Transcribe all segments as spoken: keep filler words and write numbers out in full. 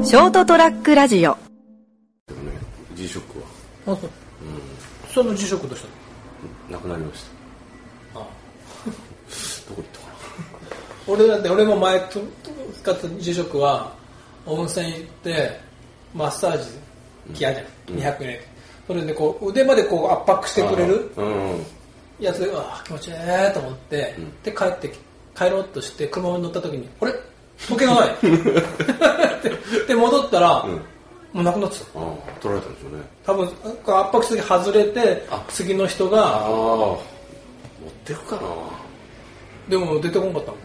ショートトラックラジオ。 G ショックは、 あ、そう、うん、その G ショックどうしたのなくなりました。 ああどこ行ったかな俺だって俺も前と使った G ショックは温泉行ってマッサージ機あるじゃん、うん、にひゃくえん、それでこう腕までこう圧迫してくれるやつで、ああ気持ちいいと思って、うん、で帰って帰ろうとして車に乗った時にあれ時計がないで戻ったら、うん、もうなくなってた。 ああ取られたんでしょうね。 多分圧迫すぎ外れて次の人がああ持ってくかな。 でも出てこなかったもん、うん、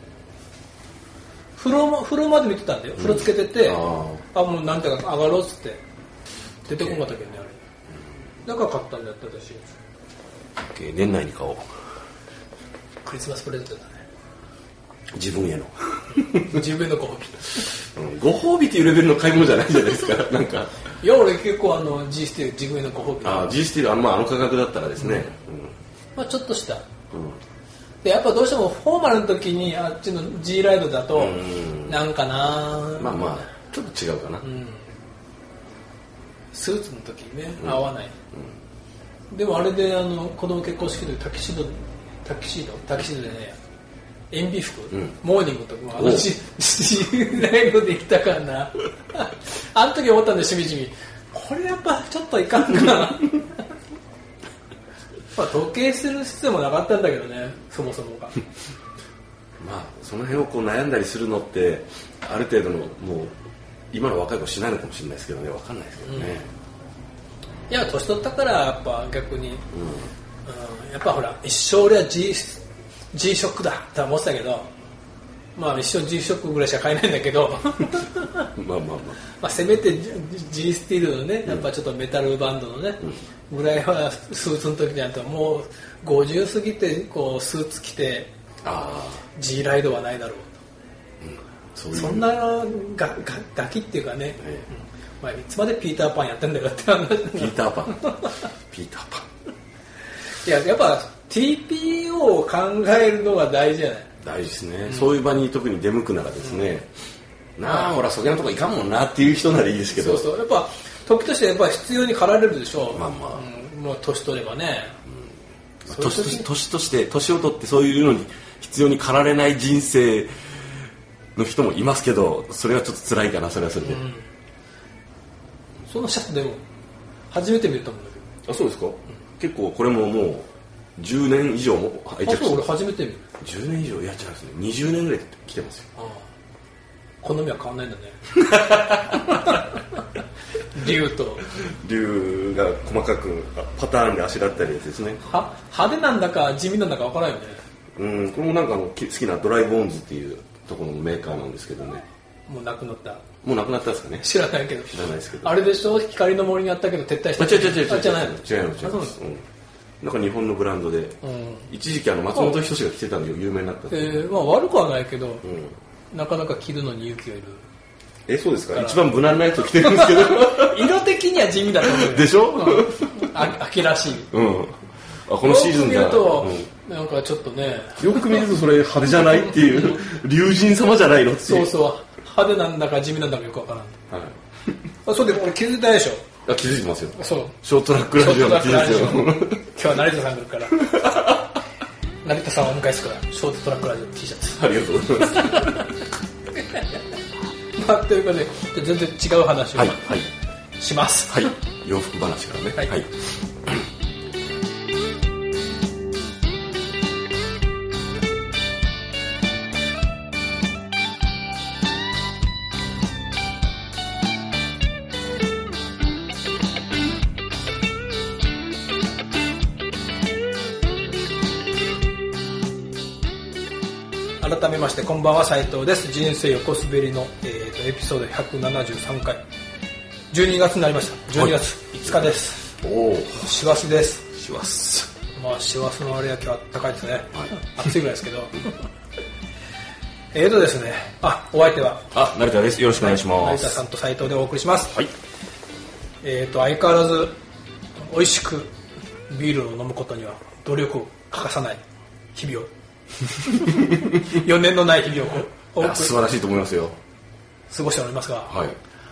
風呂も風呂まで見てたんだよ、うん、風呂つけてて、ああもうなんていうか上がろうっつって出てこなかったけどね、あれ、うん、だから買ったんだった私。 年内に買おう。 クリスマスプレゼントだね。 自分への自分へのご褒美、うん、ご褒美っていうレベルの買い物じゃないじゃないですかなんかいや俺結構あの G スティール自分へのご褒美。 ああ G スティールあの、まあ、あの価格だったらですね、うんうん、 まあちょっとした、うん、でやっぱどうしてもフォーマルの時にあっちの G ライドだと、うん、なんかなまあまあちょっと違うかな、うん、 スーツの時にね、うん、合わない、うん、でもあれであの子供結婚式でタキシードタキシードタキシードでね塩ビ服、うん、モーニングとかもあの G ライドできたからなあの時思ったんでしみじみこれやっぱちょっといかんかなまあ時計する必要もなかったんだけどねそもそもがまあその辺をこう悩んだりするのってある程度のもう今の若い子しないのかもしれないですけどね、分かんないですけどね、 うん、いや年取ったからやっぱ逆に、うんうん、やっぱほら一生俺は G G ショックだって思ってたけど、まあ一生 G ショックぐらいしか買えないんだけどまあまあまあ、まあせめて G スティールのね、やっぱちょっとメタルバンドのね、うん、ぐらいはスーツの時じゃなくてもうごじゅう過ぎてこうスーツ着てあ G ライドはないだろうと、うん、そういうそんなガガガキっていうかね、ええうんまあ、いつまでピーターパンやってんだよって話。ピーターパンピーターパンいややっぱ ティーピーオー を考えるのが大事じゃない。 大事ですね、うん、そういう場に特に出向くならですね、うん、なあ俺はそげなとこいかんもんなっていう人ならいいですけど、 そうそうやっぱ時としてやっぱ必要に駆られるでしょ。 まあまあ、 うん、もう年取ればね、 うん、年, 年, 年として年を取ってそういうのに必要に駆られない人生の人もいますけど、それはちょっと辛いかな。それはそれで、うん、 そのシャツでも初めて見ると思うんだけど。 あそうですか、うん、結構これももうじゅうねん以上も愛着してます。 あそう俺初めて見る。 じゅうねん以上いや違うんですね、にじゅうねんぐらい来てますよ。ああ好みは変わんないんだね竜と竜が細かくパターンであしらったりですね。 は派手なんだか地味なんだか分からんよね。 うんこれもなんかあの好きなドライボーンズっていうところのメーカーなんですけどね。 もうなくなった。 もうなくなったんですかね。 知らないけど。 知らないですけど。 あれでしょ光の森にあったけど撤退した。 あ違う違う違う違う。 じゃないの。 違うの違うの。なんか日本のブランドで、うん、一時期あの松本人志が着てたので有名になったんです。 えー、まあ悪くはないけど、うん、なかなか着るのに勇気がいる。 えそうですか。一番無難なやつを着てるんですけど色的には地味だと思うよ。 でしょ、 うん、あ秋らしい。 うん。あこのシーズンだ。 よく見ると、うん、なんかちょっとね。 よく見るとそれ派手じゃないっていう龍神様じゃないのっていう。 そうそう派手なんだか地味なんだかよくわからん。はい。あそうで俺気づいたでしょ。 あ気づいてますよ。 そうショートラックラジオの T シャツよ。 今日は成田さん来るから成田さんをお迎えするからショートトラックラジオの T シャツありがとうございますまあというかね全然違う話を、はいはい、しますはい洋服話からねはい、はい改めましてこんばんは斉藤です。人生横滑りの、えー、とエピソードひゃくななじゅうさんかいじゅうにがつになりました。じゅうにがついつかです。おお師走です。 師走まあ師走のあれは今日は暖かいですね、はい、暑いぐらいですけどえーとですねあお相手はあ成田です。よろしくお願いします。 成田さんと斉藤でお送りします。はいえーと相変わらず美味しくビールを飲むことには努力を欠かさない日々を余念のない日々を多く素晴らしいと思いますよ。 過ごしておりますが、 はい、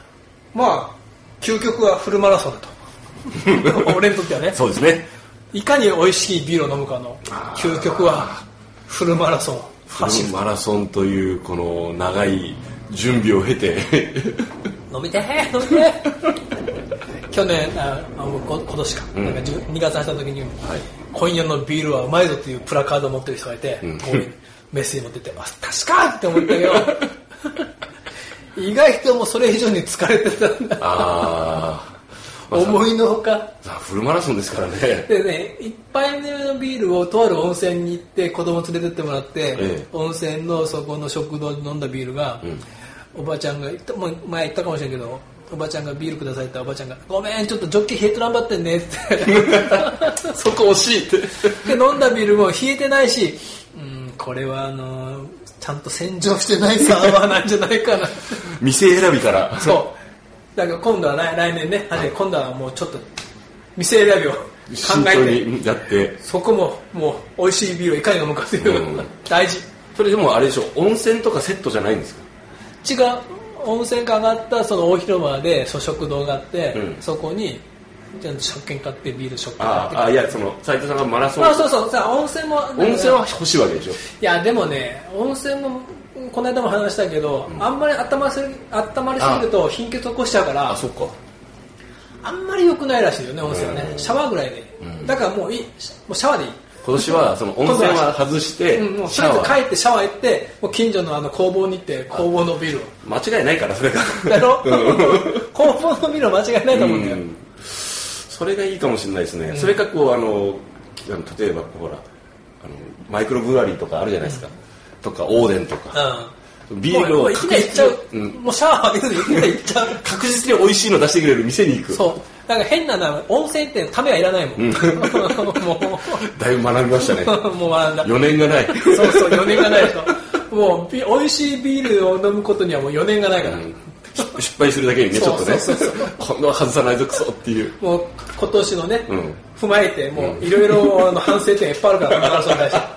まあ究極はフルマラソンだと俺にとってはね。 そうですね。 いかに美味しいビールを飲むかの究極はフルマラソン。 フルマラソンというこの長い準備を経て飲みてー飲みてー去年ああ今年か、うん、なんかにがつ走った時に、はい、今夜のビールはうまいぞというプラカードを持ってる人がいて、うん、メッセージ持っててあ確かって思ったけど意外ともうそれ以上に疲れてたんだ。あ思いのほかフルマラソンですからね。 でね、一杯目のビールをとある温泉に行って子供連れてってもらって、ええ、温泉のそこの食堂で飲んだビールが、うん、おばちゃんがもう前言ったかもしれんけど、おばちゃんがビールくださいっておばちゃんがごめんちょっとジョッキ冷えてらんばってんねってそこ惜しいってで飲んだビールも冷えてないし、うんこれはあのー、ちゃんと洗浄してないサーバーなんじゃないかな店選びからそうだから今度は 来, 来年ね、はい、今度はもうちょっと店選びを考えてやってそこももう美味しいビールをいかに飲むかというのが大事。 それでもあれでしょ温泉とかセットじゃないんですか。 違う温泉が上がったその大広間で食堂があって、うん、そこにちゃんと食券買ってビール食券買ってああいやその斉藤さんがマラソンあそうそうさ温泉も温泉は欲しいわけでしょ。 いやでもね温泉もこの間も話したけど、うん、あんまり温まりすぎ温まりすぎると貧血起こしちゃうからあそっかあんまり良くないらしいよね温泉はね、うん、シャワーぐらいで、うん、だからもういいもうシャワーでいい。 今年はその温泉は外してうん、もうとりあえず帰ってシャワー行ってもう近所のあの工房に行って工房のビールを間違いないからそれがだろ、うん、工房のビールは間違いないと思うんだよ、うん、 それがいいかもしれないですね、うん、それかこうあの例えばほらあのマイクロブルワリーとかあるじゃないですか、うん、とかオーデンとか、うん、ビールを確実に、うん、もうシャワー浴びずにいきなり行っちゃう確実に美味しいの出してくれる店に行く。 そうだから変なな温泉ってためはいらないもん、うん、 もうだいぶ学びましたねもう学んだよねんがないそうそうよねんがないともう美味しいビールを飲むことにはもうよねんがないから、うん、 失敗するだけにねちょっとね今度は外さないぞクソっていうもう今年のね、うん、踏まえてもういろいろ反省点いっぱいあるからマラソン大事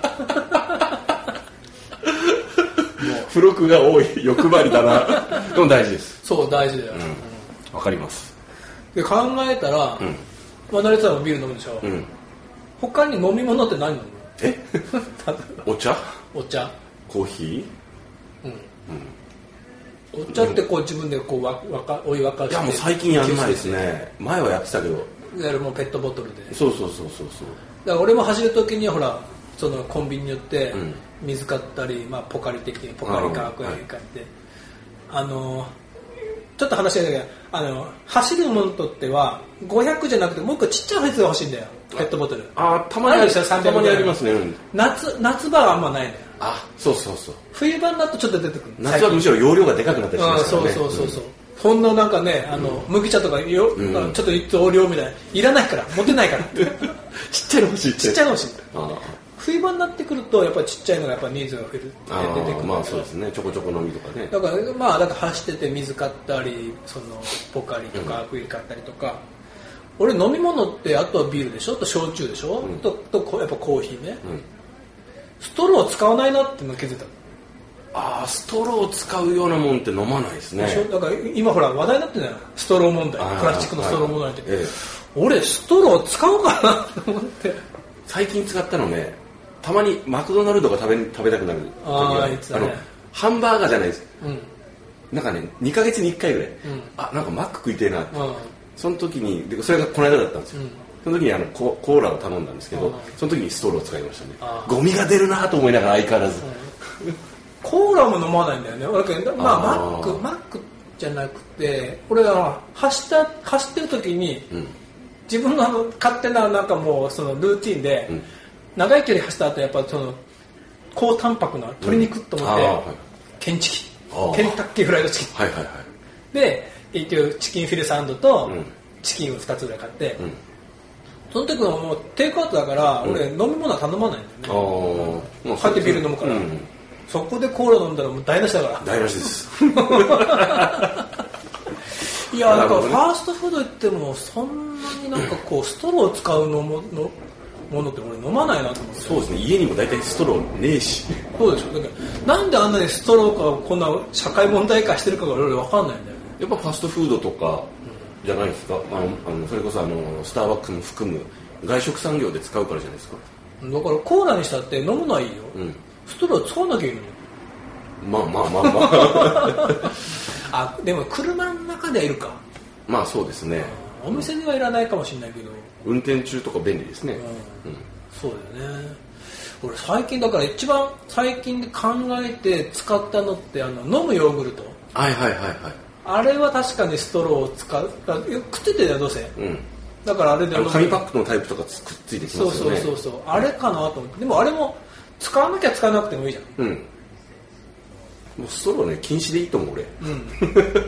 付録が多い欲張りだなでも大事です。 そう大事だよ、 うん、分かります。 で考えたら、うんまあ、成田さんもビール飲むでしょ、うん、他に飲み物って何飲むの？ えお茶お茶コーヒー、うんうん、お茶ってこう自分でこうわわかお湯沸かして。 いやもう最近やんないですね。前はやってたけどいわゆるもうペットボトルで。 そうそうそうそうそうだから俺も走る時にはほらそのコンビニによって水買ったり、まあ、ポカリ的にポカリかアクアリ買って、はい、あのちょっと話したけどあの走るものにとってはごひゃくじゃなくてもう一個ちっちゃいやつが欲しいんだよペットボトル。 あたまにあるたまにありますね、うん、 夏夏場はあんまないのよ。 あそうそうそう冬場になるとちょっと出てくる。 夏はむしろ容量がでかくなったりしますからね。 そうそうそうそう、うん、ほんのなんかねあの、うん、麦茶とかよ、うん、ちょっと増量みたいないらないから持てないからちっちゃいの欲しいちっちゃいの欲しい。あ冬場になってくるとやっぱりちっちゃいのがやっぱニーズが増えるって出てくる。 まあそうですねちょこちょこ飲みとかね。 だからまあだから走ってて水買ったりそのポカリとかアクエリ買ったりとか、うん、俺飲み物ってあとはビールでしょと焼酎でしょ、うん、ととやっぱコーヒーね、うん、ストロー使わないなっての気づいた。 ああストロー使うようなもんって飲まないですね。 だから今ほら話題になってるじゃないストロー問題プラスチックのストロー問題って、はいええ、俺ストロー使おうかなと思って最近使ったのねたまにマクドナルドが食べ食べたくなる時は あ, ね、あのハンバーガーじゃないです、うん、なんかねにかげつにいっかいぐらい、うん、あなんかマック食いてえなって、うん、その時にでそれがこの間だったんですよ、うん、その時にあの コ, コーラを頼んだんですけど、うん、その時にストローを使いましたね。ゴミが出るなと思いながら相変わらず、 うん、コーラも飲まないんだよね。まあマックマックじゃなくて俺は走った走ってる時に、うん、自分のあの勝手ななんかもうそのルーティンで、うん長い距離走った後やっぱその高タンパクな鶏肉と思って、うんはい、ケンチキケンタッキーフライドチキン、はいはいはい、で一応チキンフィレサンドとチキンをふたつぐらい買って、うん、その時のもうテイクアウトだから、うん、俺飲み物は頼まないんだよね。帰ってビール飲むから、うん、そこでコーラ飲んだらもう台無しだから台無しですいやなんかファーストフード行ってもそんなになんかこうストローを使うのものものって俺飲まないなと思って。 そうですね家にも大体ストローねえしそうでしょ。だからなんであんなにストローがこんな社会問題化してるかが俺分かんないんだよね。 やっぱファストフードとかじゃないですか、うん、あのあのそれこそあのスターバックスも含む外食産業で使うからじゃないですか。 だからコーラにしたって飲むのはいいよ、うん、ストロー使わなきゃいいのに。 まあまあまあまああ、でも車の中ではいるか。 まあそうですね、 お店ではいらないかもしれないけど、 運転中とか便利ですね、 うんうん、そうだよね。俺最近だから一番最近で考えて使ったのってあの飲むヨーグルト。 はいはいはいはい。 あれは確かにストローを使う、食っててだよどうせ、うん、だからあれで紙パックのタイプとかくっついてきますよね。 そうそうそうそう、あれかなと思って。でもあれも使わなきゃ使わなくてもいいじゃん。うん。 もうストローね禁止でいいと思う俺。うん、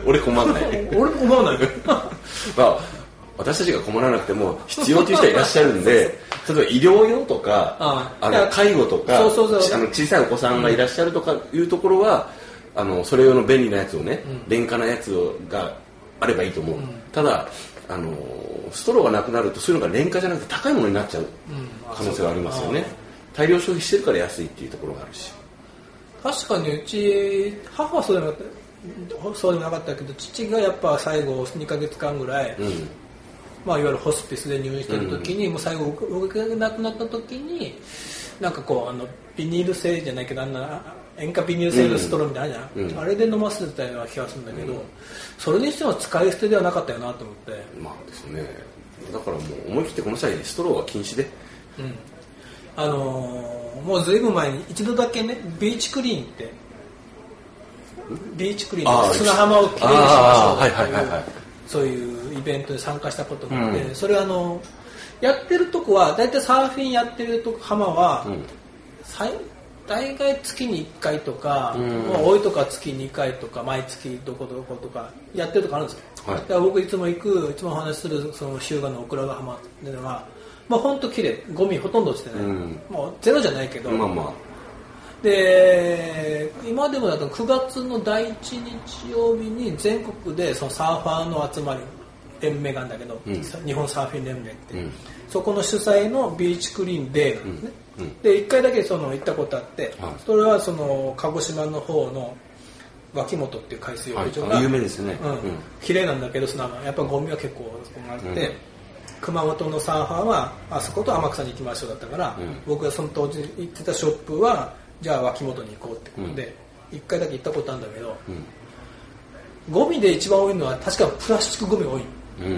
俺困んない。 俺も困らない。 まあ私たちが困らなくても必要という人はいらっしゃるんで、例えば医療用とか、ああの介護とか、そうそうそう、あの小さいお子さんがいらっしゃるとかいうところは、あのそれ用の便利なやつをね、うん、廉価なやつがあればいいと思う。うん、ただあのストローがなくなるとそういうのが廉価じゃなくて高いものになっちゃう可能性がありますよね。大量消費してるから安いっていうところがあるし。 確かにうち母はそうでもなかった、そうでもなかったけど、父がやっぱ最後にかげつかんぐらい、うん、まあ、いわゆるホスピスで入院してる時に、うん、もう最後動けなくなった時になんかこうあのビニール製じゃないけど、あんな塩化ビニール製のストローみたいなのあるじゃん、うん、あれで飲ませてたような気がするんだけど、うん、それにしては使い捨てではなかったよなと思って。 まあですね、だからもう思い切ってこの際ストローは禁止で、うん、 あのーもうずいぶん前に一度だけね、ビーチクリーンってビーチクリーン砂浜をきれいにしましょう、はいはいはいはい、そういうイベントに参加したことがあって、うん、それはあのやってるとこはだいたいサーフィンやってるとこ浜は、うん、大概月にいっかいとか、うん、多いとか月にかいとか毎月どこどことかやってるとこあるんですよ、はい、だから僕いつも行くいつもお話しするその日向のオクラヶ浜っていうのはまあ本当綺麗、ゴミほとんど落ちてない、うん、もうゼロじゃないけど、まあまあ、で今でもだとくがつのだいいちにち曜日に全国でそのサーファーの集まり連盟があるんだけど、うん、日本サーフィン連盟って、うん、そこの主催のビーチクリーンデーなんですね、うんうん、でいっかいだけその行ったことあって、はい、それはその鹿児島の方の脇本っていう海水浴場が、 はい、有名ですね、 うんうん、綺麗なんだけど砂がやっぱゴミは結構あって、うん、熊本のサーファーはあそこと天草に行きましょうだったから、うん、僕がその当時行ってたショップはじゃあ脇本に行こうってことで、うん、いっかいだけ行ったことあるんだけど、うん、ゴミで一番多いのは確かプラスチックゴミ多い、うん、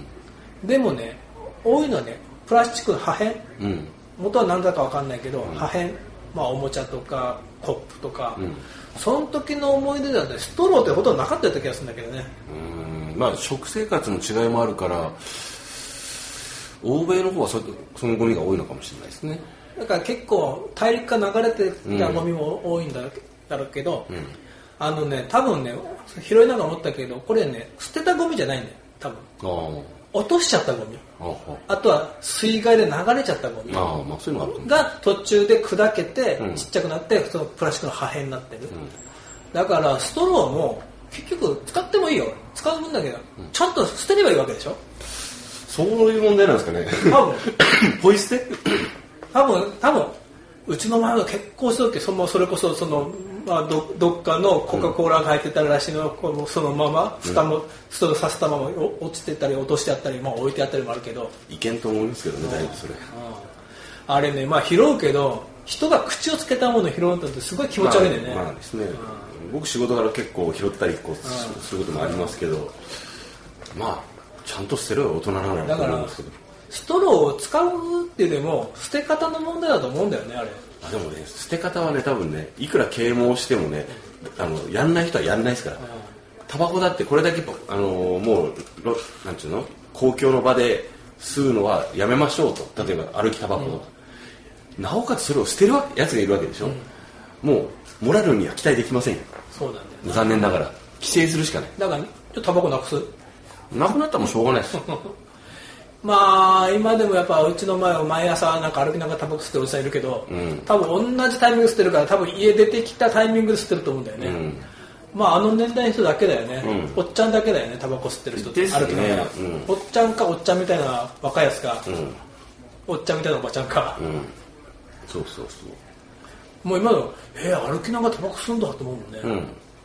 でもね多いのはねプラスチックの破片、うん、元は何だか分かんないけど、うん、破片、まあ、おもちゃとかコップとか、うん、その時の思い出だとストローってほとんどなかったような気がするんだけどね。 うん、まあ食生活の違いもあるから欧米の方は そ, そのゴミが多いのかもしれないですね。 だから結構大陸から流れてきたゴミも多いんだろうけど、うん、あのね多分ね拾いながら思ったけどこれね捨てたゴミじゃないんだよ多分。落としちゃったゴミ、あ, あとは水害で流れちゃったゴミあ、まあ、そういうのあるが途中で砕けて、うん、ちっちゃくなってそのプラスチックの破片になってる、うん、だからストローも結局使ってもいいよ使う分だけど、うん、ちゃんと捨てればいいわけでしょ。 そういう問題なんですかね。多分ポイ捨て多分多分うちの前は結婚した時そのそれこそその、まあ、ど, どっかのコカ・コーラが入ってたらしいのをそのまま蓋も、うん、ストローさせたまま落ちてたり落としてあったり、まあ、置いてあったりもあるけどいけんと思いますけどね、だいぶそれ、うん、 あれねまあ拾うけど人が口をつけたものを拾うのってすごい気持ち悪いんだよね。 まあ、まあですね、うん、僕仕事から結構拾ったりこう、うん、することもありますけど、まあちゃんと捨てるよ大人ながらと思うんですけどストローを使うっていうでも捨て方の問題だと思うんだよねあれ。 あでもね捨て方はね多分ねいくら啓蒙してもねあのやんない人はやんないですから。タバコだってこれだけあのもうなんていうの公共の場で吸うのはやめましょうと。例えば歩きタバコとか、うん、なおかつそれを捨てるやつがいるわけでしょ、うん、もうモラルには期待できませんよ。そうなんだよ、ね、残念ながら規制するしかない。 だからタバコなくすなくなったらもうしょうがないですまあ今でもやっぱうちの前は毎朝なんか歩きながらタバコ吸ってるおじさんいるけど、うん、多分同じタイミングで吸ってるから多分家出てきたタイミングで吸ってると思うんだよね、うん、まああの年代の人だけだよね、うん、おっちゃんだけだよねタバコ吸ってる人って、ね、歩きながら、うん、おっちゃんかおっちゃんみたいな若いやつか、うん、おっちゃんみたいなおばちゃんか、うん、 そうそうそうもう今のえー、歩きながらタバコ吸うんだと思うもんね、うん、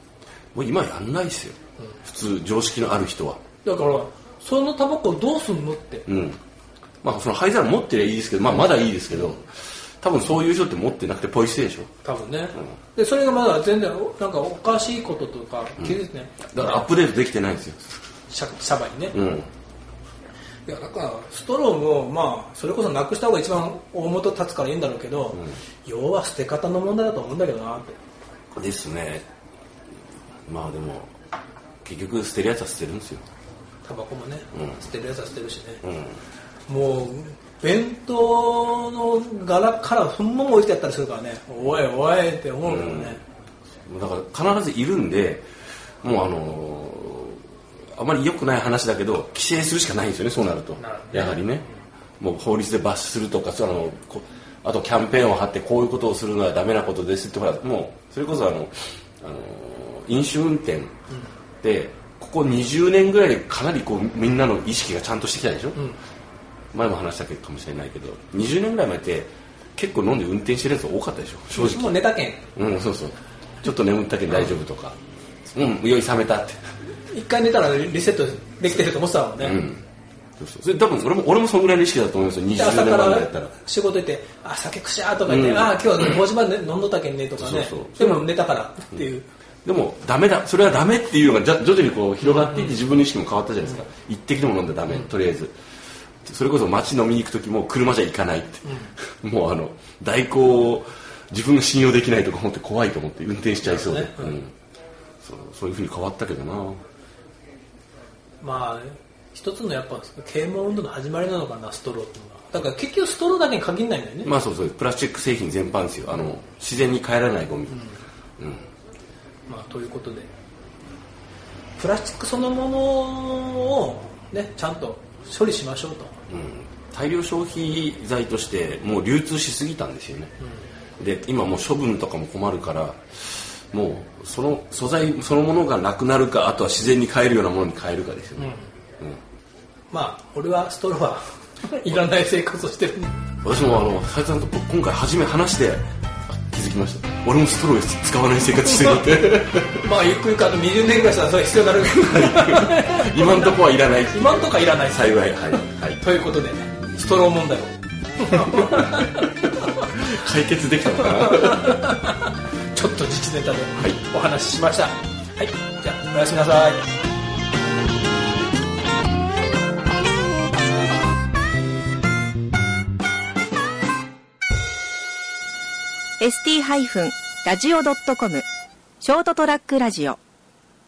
もう今やんないですよ、うん、普通常識のある人は。 だからそのタバコをどうすんのって、 うん、まあその灰皿持ってりゃいいですけど、まあまだいいですけど、多分そういう人って持ってなくてポイ捨てでしょ多分ね、うん、でそれがまだ全然なんかおかしいこととか気づいてね、 うん、だからアップデートできてないんですよ社社会にね、 うん、 いやだからストローもまあそれこそなくした方が一番大元立つからいいんだろうけど、うん、要は捨て方の問題だと思うんだけどなってですね。まあでも結局捨てるやつは捨てるんですよ。 タバコもね、うん、捨てるやつは捨てるしね、 うん、 もう弁当の柄からそのまま置いてやったりするからね、おいおいって思うけどね、 うん、だから必ずいるんで、もうあのー、あまり良くない話だけど規制するしかないんですよね、そうなると。なるね、やはりね、もう法律で罰するとか、そのあとキャンペーンを張ってこういうことをするのはダメなことですってほら、もうそれこそあの、あの飲酒運転で、うん、ここにじゅうねんぐらいでかなりこうみんなの意識がちゃんとしてきたでしょ、うん、前も話したかもしれないけどにじゅうねんぐらい前って結構飲んで運転してるやつ多かったでしょ正直。 もう寝たけん、 うん、そうそう、ちょっと眠ったけん大丈夫とか、うん、酔い冷めたって一回寝たらリセットできてると思ってたもんね、うん、 そうそう、それ多分俺も俺もそのぐらいの意識だと思いますよ。にじゅうねんまえだったら仕事行ってあ酒くしゃーとか言って、うん、あ今日はごじまで飲んどったけんねとかね、そうそうそう、でも寝たからっていう、 うん、でもダメだ、それはダメっていうのがじゃ徐々にこう広がっていって自分の意識も変わったじゃないですか、うん、一滴でも飲んだらダメ、うん、とりあえずそれこそ街飲みに行く時も車じゃ行かないって、うん、もうあの代行を自分が信用できないとか思って怖いと思って運転しちゃいそうで、ね、うんうん、そう、そういうふうに変わったけどな。 まあ一つのやっぱ啓蒙運動の始まりなのかな、ストローっていうのは。だから結局ストローだけに限らないんだよね。 まあそうそう、プラスチック製品全般ですよ、あの自然に帰らないゴミ、うんうん、 まあということでプラスチックそのものをねちゃんと処理しましょうと、 うん、大量消費財としてもう流通しすぎたんですよね、うん、で今もう処分とかも困るからもうその素材そのものがなくなるか、あとは自然に変えるようなものに変えるかですよね、うんうん、 まあ俺はストローはいらない生活をしてる。 私もあの斉藤さんと今回初め話して気づきました。俺もストロー使わない生活してるってまあゆっくりかあとにじゅうねんぐらいしたらそれ必要になる今んとこはいらない、 今んとこはいらない幸い、はい、はい、 ということでね、ストロー問題を解決できたのかなちょっと自治ネタでお話ししました。はい、はい、じゃあおやすみなさい。 エスティー ラジオ ドットコム ショートトラックラジオ